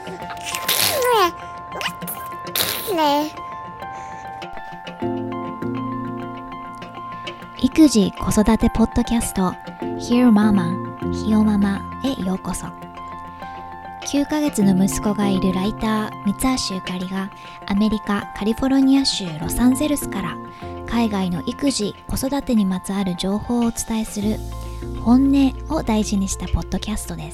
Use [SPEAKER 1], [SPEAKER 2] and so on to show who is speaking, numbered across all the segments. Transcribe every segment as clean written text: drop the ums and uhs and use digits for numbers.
[SPEAKER 1] 育児・子育てポッドキャスト Hear Mama ひよママへようこそ。9ヶ月の息子がいるライター三橋ゆかりがアメリカ・カリフォルニア州ロサンゼルスから海外の育児・子育てにまつわる情報をお伝えする本音を大事にしたポッドキャストです。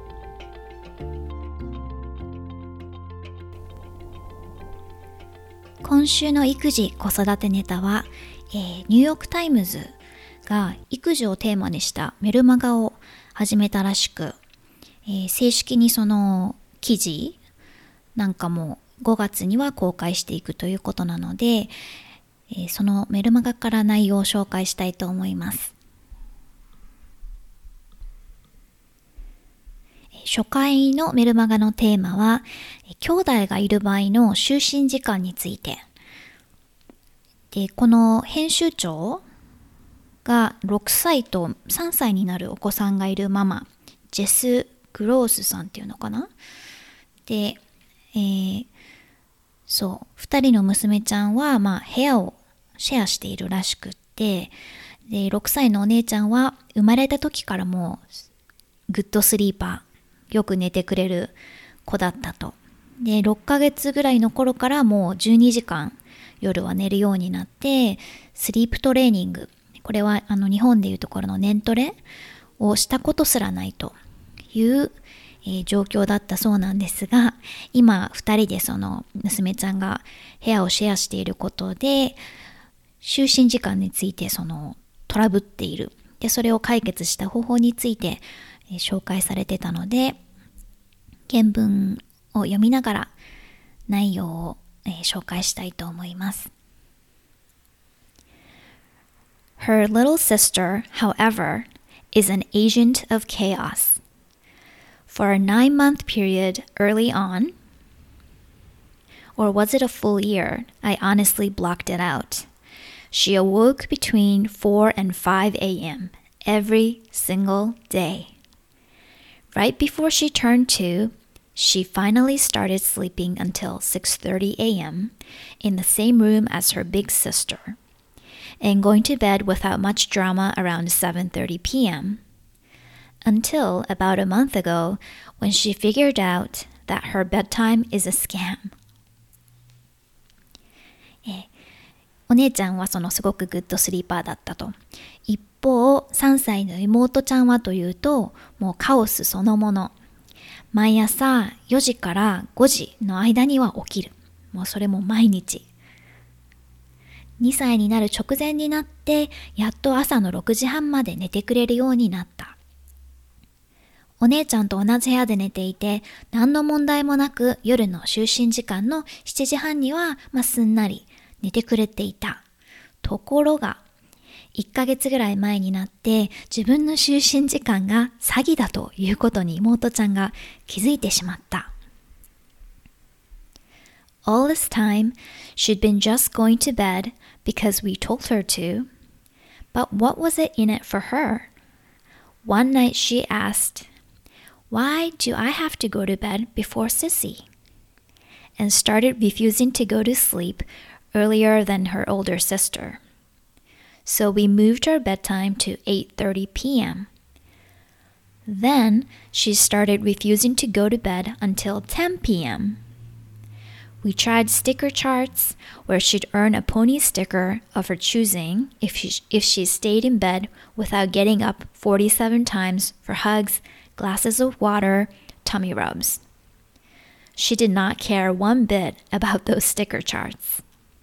[SPEAKER 1] 今週の育児・子育てネタは、ニューヨークタイムズが育児をテーマにしたメルマガを始めたらしく、正式にその記事なんかも5月には公開していくということなので、そのメルマガから内容を紹介したいと思います。初回のメルマガのテーマは、兄弟がいる場合の就寝時間について。で、この編集長が6歳と3歳になるお子さんがいるママ、ジェス・グロースさんっていうのかな。で、2人の娘ちゃんは、部屋をシェアしているらしくって、で、6歳のお姉ちゃんは生まれた時からもうグッドスリーパー、よく寝てくれる子だったと。で、6ヶ月ぐらいの頃からもう12時間夜は寝るようになって、スリープトレーニング、これは日本でいうところの年トレをしたことすらないという、状況だったそうなんですが、今2人でその娘ちゃんが部屋をシェアしていることで、就寝時間についてそのトラブっている。で、それを解決した方法について、紹介されてたので、原文を読みながら内容を紹介したいと思います。Her little sister, however, is an agent of chaos. For a 9-month period early on, or was it a full year? I honestly blocked it out. She awoke between 4 and 5 a.m. every single day. Right before she turned 2, she finally started sleeping until 6:30 a.m. in the same room as her big sister, and going to bed without much drama around 7:30 p.m. until about a month ago when she figured out that her bedtime is a scam. お姉ちゃんはそのすごくグッドスリーパーだったと。一方、3歳の妹ちゃんはというと、もうカオスそのもの。毎朝4時から5時の間には起きる。もうそれも毎日。2歳になる直前になって、やっと朝の6時半まで寝てくれるようになった。お姉ちゃんと同じ部屋で寝ていて、何の問題もなく夜の就寝時間の7時半には、すんなり寝てくれていた。ところが、1ヶ月ぐらい前になって自分の就寝時間が詐欺だということに妹ちゃんが気づいてしまった。All this time, she'd been just going to bed because we told her to. But what was it in it for her? One night she asked, "Why do I have to go to bed before Sissy?" and started refusing to go to sleep earlier than her older sister.So we moved her bedtime to 8:30 p.m. Then she started refusing to go to bed until 10 p.m. We tried sticker charts where she'd earn a pony sticker of her choosing if she stayed in bed without getting up 47 times for hugs, glasses of water, tummy rubs. She did not care one bit about those sticker charts.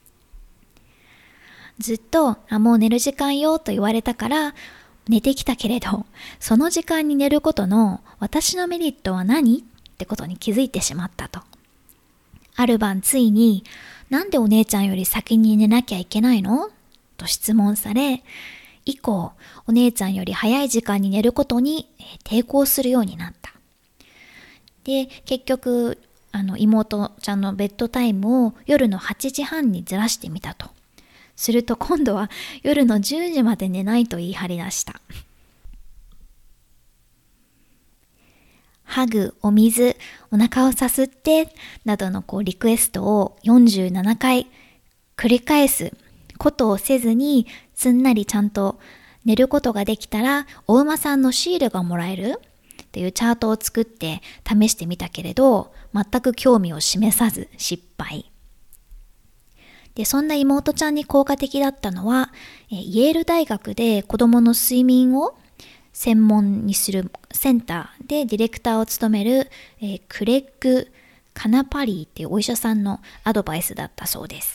[SPEAKER 1] ずっともう寝る時間よと言われたから寝てきたけれど、その時間に寝ることの私のメリットは何ってことに気づいてしまったと。ある晩ついに、なんでお姉ちゃんより先に寝なきゃいけないのと質問され、以降お姉ちゃんより早い時間に寝ることに抵抗するようになった。で、結局妹ちゃんのベッドタイムを夜の8時半にずらしてみたと。すると今度は夜の10時まで寝ないと言い張り出した。 ハグ、お水、お腹をさすってなどのリクエストを47回繰り返すことをせずに、すんなりちゃんと寝ることができたらお馬さんのシールがもらえるっていうチャートを作って試してみたけれど、全く興味を示さず失敗で、そんな妹ちゃんに効果的だったのは、イェール大学で子どもの睡眠を専門にするセンターでディレクターを務める、クレッグ・カナパリーっていうお医者さんのアドバイスだったそうです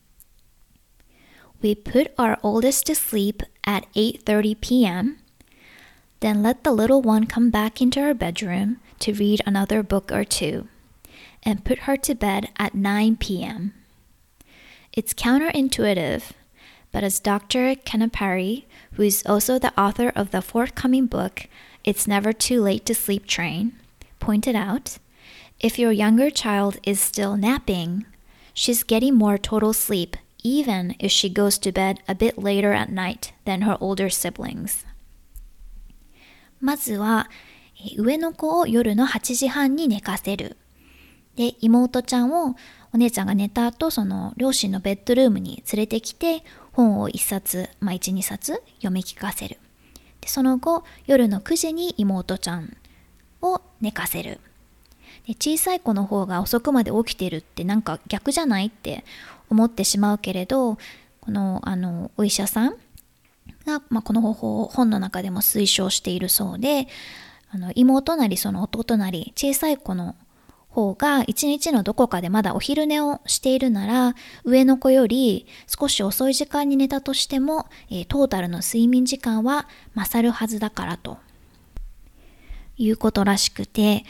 [SPEAKER 1] 。We put our oldest to sleep at 8:30 p.m. Then let the little one come back into her bedroom to read another book or two, and put her to bed at 9 p.m. It's counterintuitive, but as Dr. Kanapari, who is also the author of the forthcoming book, It's Never Too Late to Sleep Train, pointed out, if your younger child is still napping, she's getting more total sleep even if she goes to bed a bit later at night than her older siblings. まずは、上の子を夜の8時半に寝かせる。で、妹ちゃんをお姉ちゃんが寝た後、その両親のベッドルームに連れてきて、本を1冊、1、2冊読み聞かせる。で、その後、夜の9時に妹ちゃんを寝かせる。で、小さい子の方が遅くまで起きてるってなんか逆じゃないって思ってしまうけれど、このお医者さんが、この方法を本の中でも推奨しているそうで、妹なりその弟なり小さい子の方が一日のどこかでまだお昼寝をしているなら、上の子より少し遅い時間に寝たとしても、トータルの睡眠時間は勝るはずだからということらしくて、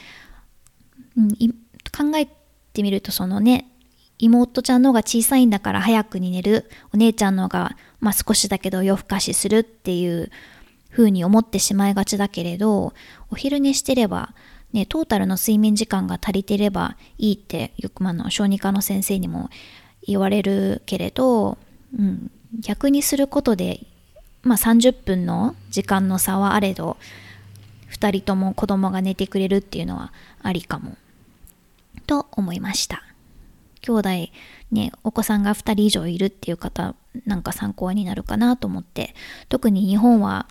[SPEAKER 1] 考えてみるとそのね、妹ちゃんの方が小さいんだから早くに寝る、お姉ちゃんの方が少しだけど夜更かしするっていう風に思ってしまいがちだけれど、お昼寝してればね、トータルの睡眠時間が足りてればいいってよく小児科の先生にも言われるけれど、逆にすることで、30分の時間の差はあれど2人とも子供が寝てくれるっていうのはありかもと思いました。兄弟ね、お子さんが2人以上いるっていう方なんか参考になるかなと思って、特に日本は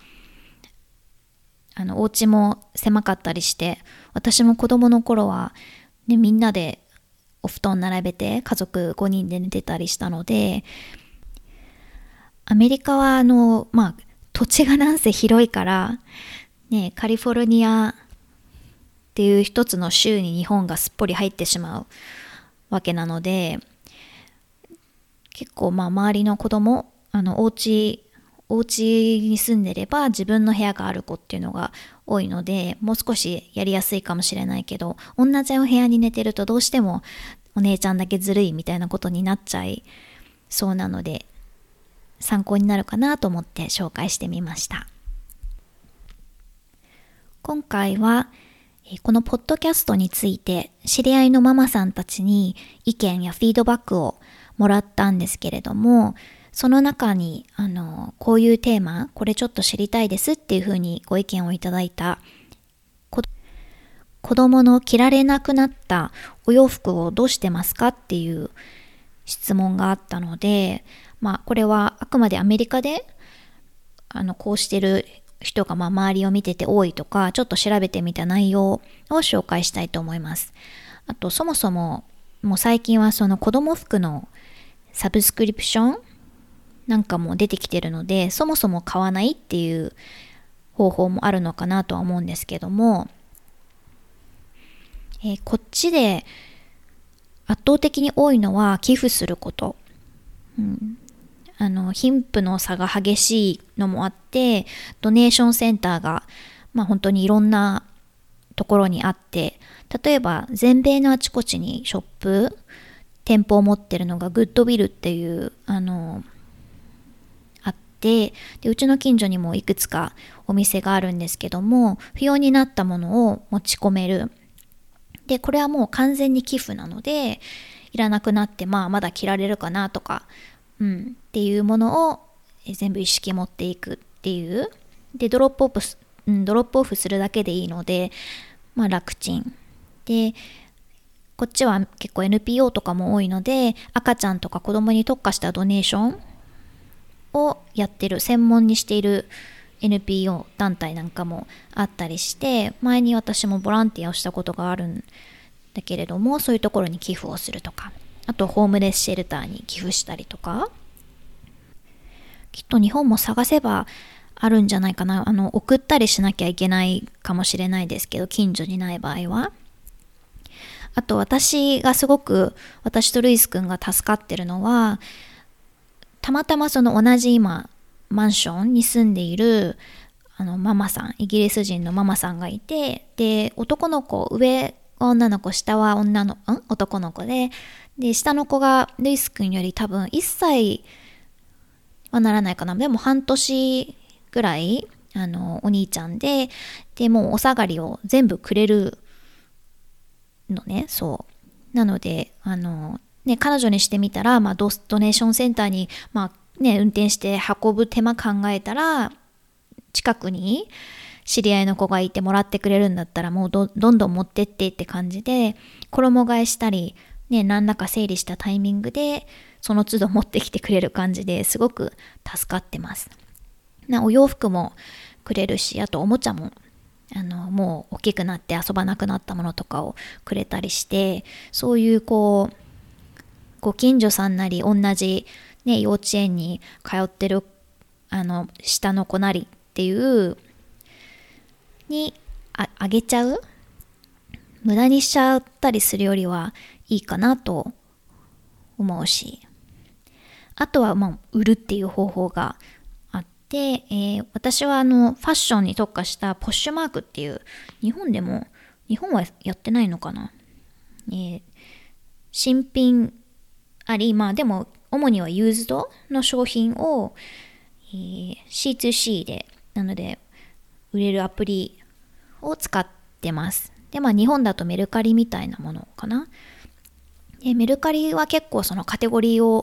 [SPEAKER 1] お家も狭かったりして、私も子供の頃は、ね、みんなでお布団並べて家族5人で寝てたりしたので、アメリカは土地がなんせ広いから、ね、カリフォルニアっていう一つの州に日本がすっぽり入ってしまうわけなので、結構周りの子供、お家に住んでれば自分の部屋がある子っていうのが多いので、もう少しやりやすいかもしれないけど、同じお部屋に寝てるとどうしてもお姉ちゃんだけずるいみたいなことになっちゃいそうなので、参考になるかなと思って紹介してみました。今回はこのポッドキャストについて知り合いのママさんたちに意見やフィードバックをもらったんですけれども、その中にこういうテーマ、これちょっと知りたいですっていうふうにご意見をいただいた子供の着られなくなったお洋服をどうしてますかっていう質問があったので、これはあくまでアメリカでこうしてる人が周りを見てて多いとか、ちょっと調べてみた内容を紹介したいと思います。あとそもそももう最近はその子供服のサブスクリプションなんかも出てきてるので、そもそも買わないっていう方法もあるのかなとは思うんですけども、こっちで圧倒的に多いのは寄付すること。貧富の差が激しいのもあって、ドネーションセンターが、本当にいろんなところにあって、例えば全米のあちこちにショップ、店舗を持ってるのがグッドウィルっていうあって、でうちの近所にもいくつかお店があるんですけども、不要になったものを持ち込める。でこれはもう完全に寄付なので、いらなくなってまだ着られるかなとか、っていうものを全部一式持っていくっていう。でドロップオフするだけでいいので、 楽ちん。で、こっちは結構 NPO とかも多いので、赤ちゃんとか子供に特化したドネーションをやってる、専門にしている NPO 団体なんかもあったりして、前に私もボランティアをしたことがあるんだけれども、そういうところに寄付をするとか、あとホームレスシェルターに寄付したりとか、きっと日本も探せばあるんじゃないかな。送ったりしなきゃいけないかもしれないですけど、近所にない場合は。あと私とルイスくんが助かってるのは、たまたまその同じ今マンションに住んでいるママさん、イギリス人のママさんがいて、で男の子、上が女の子、下は男の子で、下の子がルイスくんより多分1歳はならないかな、でも半年ぐらいお兄ちゃんで、もうお下がりを全部くれるのね。そうなので彼女にしてみたら、ドネーションセンターに運転して運ぶ手間考えたら、近くに知り合いの子がいてもらってくれるんだったら、もうどんどん持ってってって感じで、衣替えしたり何らか整理したタイミングでその都度持ってきてくれる感じで、すごく助かってます。お洋服もくれるし、あとおもちゃももう大きくなって遊ばなくなったものとかをくれたりして、そういうご近所さんなり同じ、幼稚園に通ってる下の子なりっていうにあげちゃう、無駄にしちゃったりするよりはいいかなと思うし、あとは売るっていう方法があって、私はファッションに特化したポッシュマークっていう、日本はやってないのかな、新品あり、でも主にはユーズドの商品を、C2C で、なので売れるアプリを使ってます。で日本だとメルカリみたいなものかな。メルカリは結構そのカテゴリーを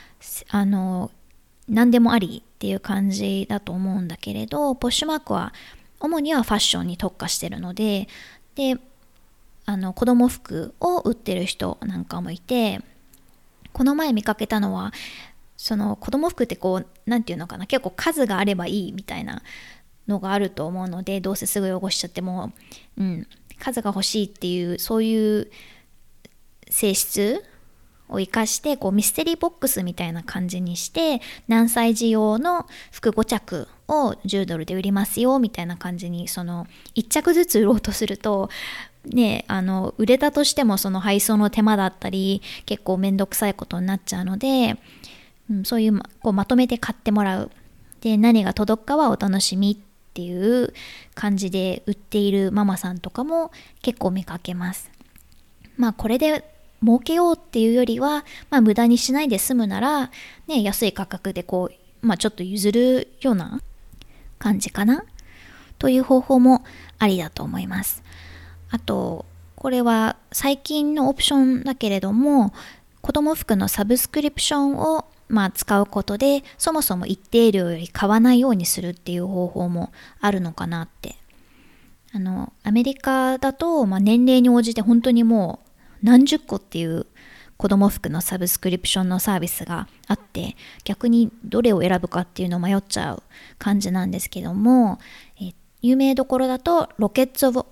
[SPEAKER 1] 何でもありっていう感じだと思うんだけれど、ポッシュマークは主にはファッションに特化してるので、子供服を売ってる人なんかもいて、この前見かけたのは、その子供服ってなんていうのかな、結構数があればいいみたいなのがあると思うので、どうせすぐ汚しちゃっても、数が欲しいっていう、そういう性質を生かして、ミステリーボックスみたいな感じにして、何歳児用の服5着を10ドルで売りますよみたいな感じに、その1着ずつ売ろうとすると売れたとしてもその配送の手間だったり結構めんどくさいことになっちゃうので、そういうまとめて買ってもらう。で何が届くかはお楽しみっていう感じで売っているママさんとかも結構見かけます。これで儲けようっていうよりは、無駄にしないで済むなら、安い価格でちょっと譲るような感じかなという方法もありだと思います。あとこれは最近のオプションだけれども、子供服のサブスクリプションを使うことで、そもそも一定量より買わないようにするっていう方法もあるのかなって。アメリカだと、年齢に応じて本当にもう何十個っていう子供服のサブスクリプションのサービスがあって、逆にどれを選ぶかっていうのを迷っちゃう感じなんですけども、有名どころだとRockets of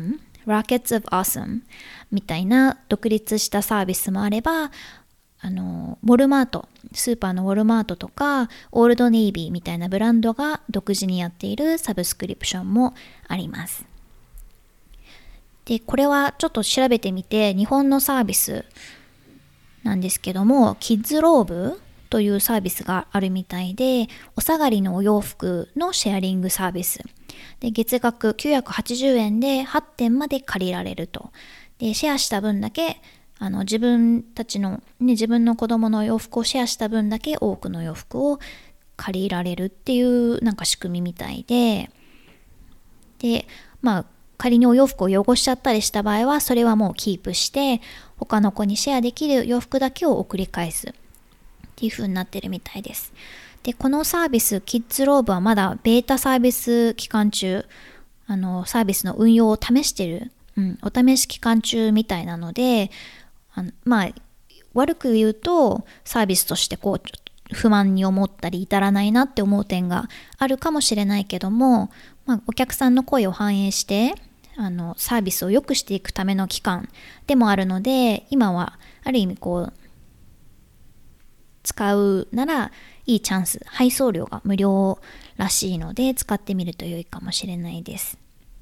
[SPEAKER 1] Awesome みたいな独立したサービスもあれば、ウォルマート、スーパーのウォルマートとかオールドネイビーみたいなブランドが独自にやっているサブスクリプションもあります。でこれはちょっと調べてみて、日本のサービスなんですけども、キッズローブというサービスがあるみたいで、お下がりのお洋服のシェアリングサービスで、月額980円で8点まで借りられると。でシェアした分だけ自分たちの、自分の子供の洋服をシェアした分だけ多くの洋服を借りられるっていう仕組みみたいで、仮にお洋服を汚しちゃったりした場合は、それはもうキープして他の子にシェアできる洋服だけを送り返すっていう風になってるみたいです。でこのサービス、キッズローブはまだベータサービス期間中、サービスの運用を試してるお試し期間中みたいなので、悪く言うとサービスとしてこうちょっと不満に思ったり至らないなって思う点があるかもしれないけども、お客さんの声を反映してサービスを良くしていくための期間でもあるので、今はある意味こう使うならいいチャンス、配送料が無料らしいので使ってみると良いかもしれないです。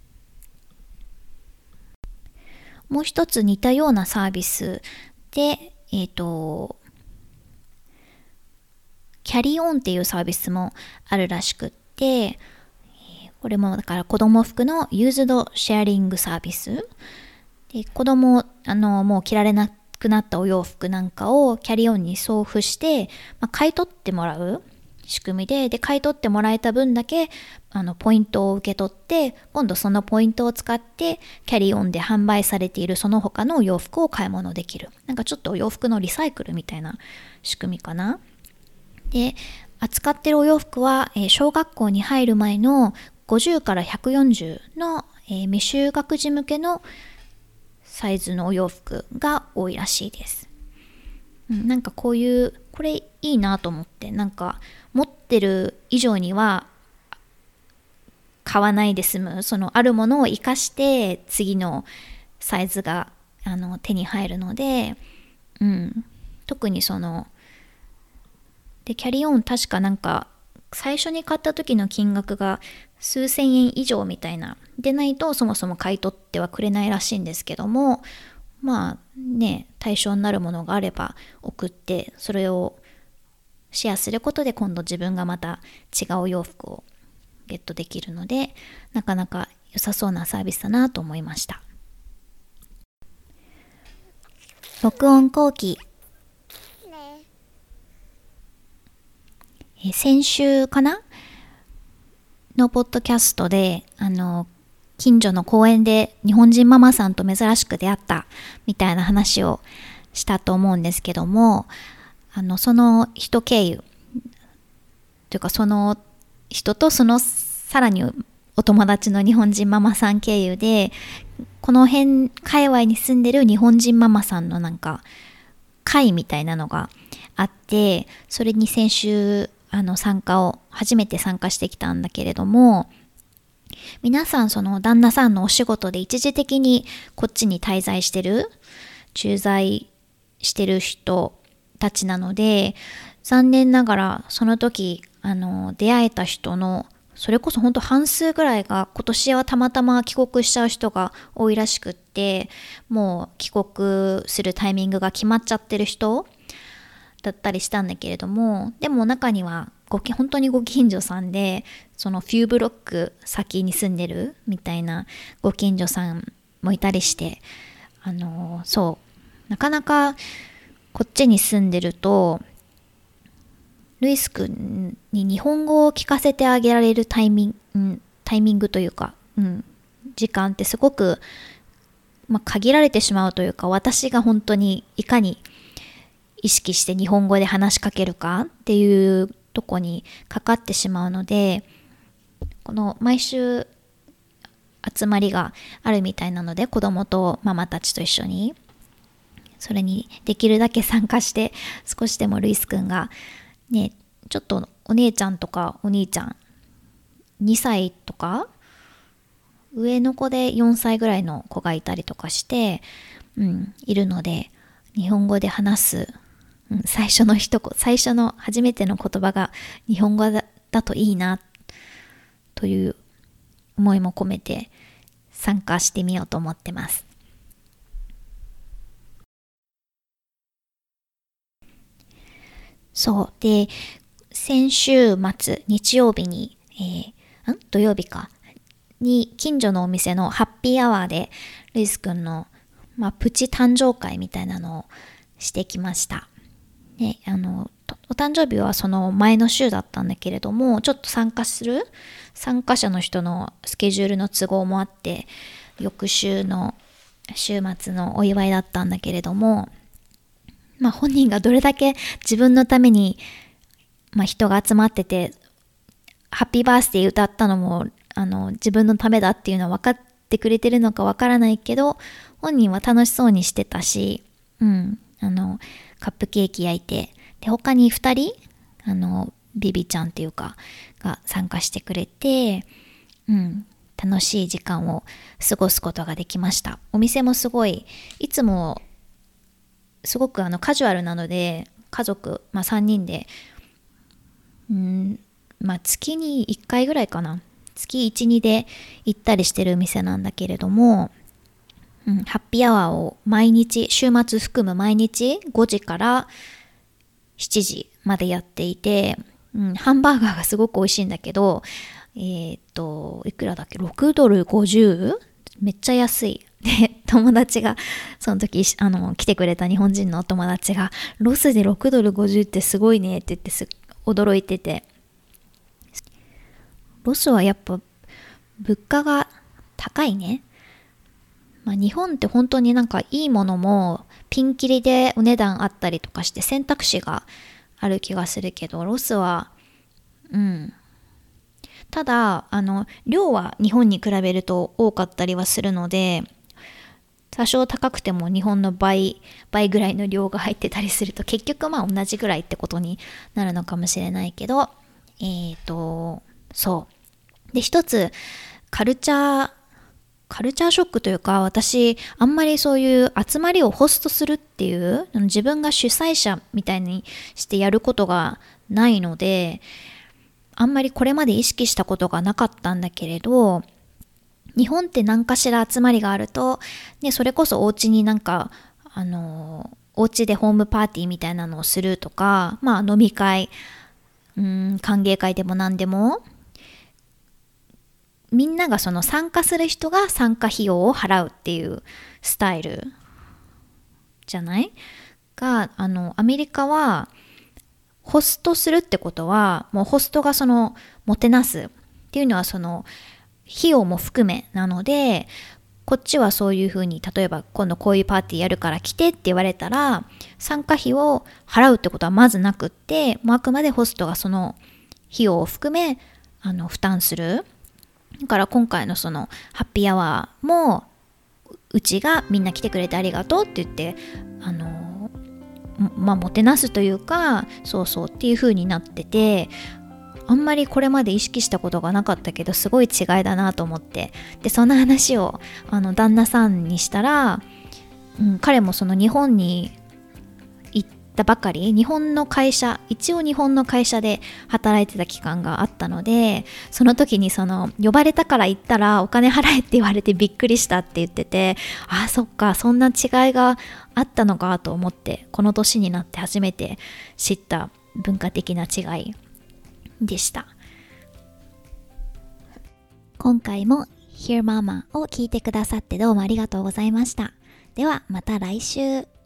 [SPEAKER 1] もう一つ似たようなサービスで、キャリーオンっていうサービスもあるらしくって、これもだから子供服のユーズドシェアリングサービスで、子供もう着られなくなったお洋服なんかをキャリーオンに送付して、買い取ってもらう仕組みで、買い取ってもらえた分だけポイントを受け取って、今度そのポイントを使ってキャリーオンで販売されているその他のお洋服を買い物できる、なんかちょっとお洋服のリサイクルみたいな仕組みかな。で、扱ってるお洋服は、小学校に入る前の50から140の、未就学児向けのサイズのお洋服が多いらしいです。なんかこれいいなと思って、なんか持ってる以上には買わないで済む、そのあるものを生かして次のサイズが手に入るので、特にでキャリーオン確かなんか最初に買った時の金額が数千円以上みたいなでないとそもそも買い取ってはくれないらしいんですけども、対象になるものがあれば送って、それをシェアすることで今度自分がまた違う洋服をゲットできるので、なかなか良さそうなサービスだなと思いました。録音後期、先週かなのポッドキャストで近所の公園で日本人ママさんと珍しく出会ったみたいな話をしたと思うんですけども、その人経由というか、その人とそのさらにお友達の日本人ママさん経由で、この辺界隈に住んでる日本人ママさんのなんか会みたいなのがあって、それに先週初めて参加してきたんだけれども、皆さんその旦那さんのお仕事で一時的にこっちに滞在してる、駐在してる人たちなので、残念ながらその時出会えた人のそれこそ本当半数ぐらいが今年はたまたま帰国しちゃう人が多いらしくって、もう帰国するタイミングが決まっちゃってる人だったりしたんだけれども、でも中には本当にご近所さんで、そのフューブロック先に住んでるみたいなご近所さんもいたりして、なかなかこっちに住んでるとルイス君に日本語を聞かせてあげられるタイミングというか、時間ってすごく、限られてしまうというか、私が本当にいかに意識して日本語で話しかけるかっていうとこにかかってしまうので、この毎週集まりがあるみたいなので、子供とママたちと一緒にそれにできるだけ参加して、少しでもルイスくんがね、ちょっとお姉ちゃんとかお兄ちゃん2歳とか上の子で4歳ぐらいの子がいたりとかして、いるので、日本語で話す、最初の初めての言葉が日本語だといいなという思いも込めて参加してみようと思ってます。そうで、先週末日曜日に、土曜日かに近所のお店のハッピーアワーでルイスくんの、プチ誕生会みたいなのをしてきました。ね、お誕生日はその前の週だったんだけれども、ちょっと参加者の人のスケジュールの都合もあって、翌週の週末のお祝いだったんだけれども、本人がどれだけ自分のために、人が集まっててハッピーバースデー歌ったのも自分のためだっていうのは分かっってくれてるのかわからないけど、本人は楽しそうにしてたし、カップケーキ焼いて、で、他に2人、ビビちゃんっていうか、が参加してくれて、楽しい時間を過ごすことができました。お店もすごい、いつもすごくカジュアルなので、家族、3人で、月に1回ぐらいかな。月1、2で行ったりしてる店なんだけれども、ハッピーアワーを毎日、週末含む毎日5時から7時までやっていて、ハンバーガーがすごく美味しいんだけど、いくらだっけ ?6 ドル 50？ めっちゃ安い。で、友達が、その時、来てくれた日本人のお友達が、ロスで6ドル50ってすごいねって言って驚いてて、ロスはやっぱ物価が高いね。日本って本当になんかいいものもピンキリでお値段あったりとかして選択肢がある気がするけど、ロスは、ただ、量は日本に比べると多かったりはするので、多少高くても日本の倍ぐらいの量が入ってたりすると、結局同じぐらいってことになるのかもしれないけど、そう。で、一つ、カルチャーショックというか、私、あんまりそういう集まりをホストするっていう、自分が主催者みたいにしてやることがないので、あんまりこれまで意識したことがなかったんだけれど、日本って何かしら集まりがあると、それこそお家にお家でホームパーティーみたいなのをするとか、飲み会、歓迎会でも何でも、みんながその参加する人が参加費用を払うっていうスタイルじゃないが、アメリカはホストするってことは、もうホストがもてなすっていうのは費用も含めなので、こっちはそういうふうに、例えば今度こういうパーティーやるから来てって言われたら、参加費を払うってことはまずなくって、もうあくまでホストがその費用を含め負担する。だから今回のハッピーアワーも、うちがみんな来てくれてありがとうって言ってもてなすというか、そうっていう風になってて、あんまりこれまで意識したことがなかったけど、すごい違いだなと思って、でその話を旦那さんにしたら、彼も日本に行ったばかり、日本の会社、一応日本の会社で働いてた期間があったので、その時に呼ばれたから行ったらお金払えって言われてびっくりしたって言ってて、あ、そっか、そんな違いがあったのかと思って、この年になって初めて知った文化的な違いでした。今回も Hear Mama を聞いてくださってどうもありがとうございました。ではまた来週。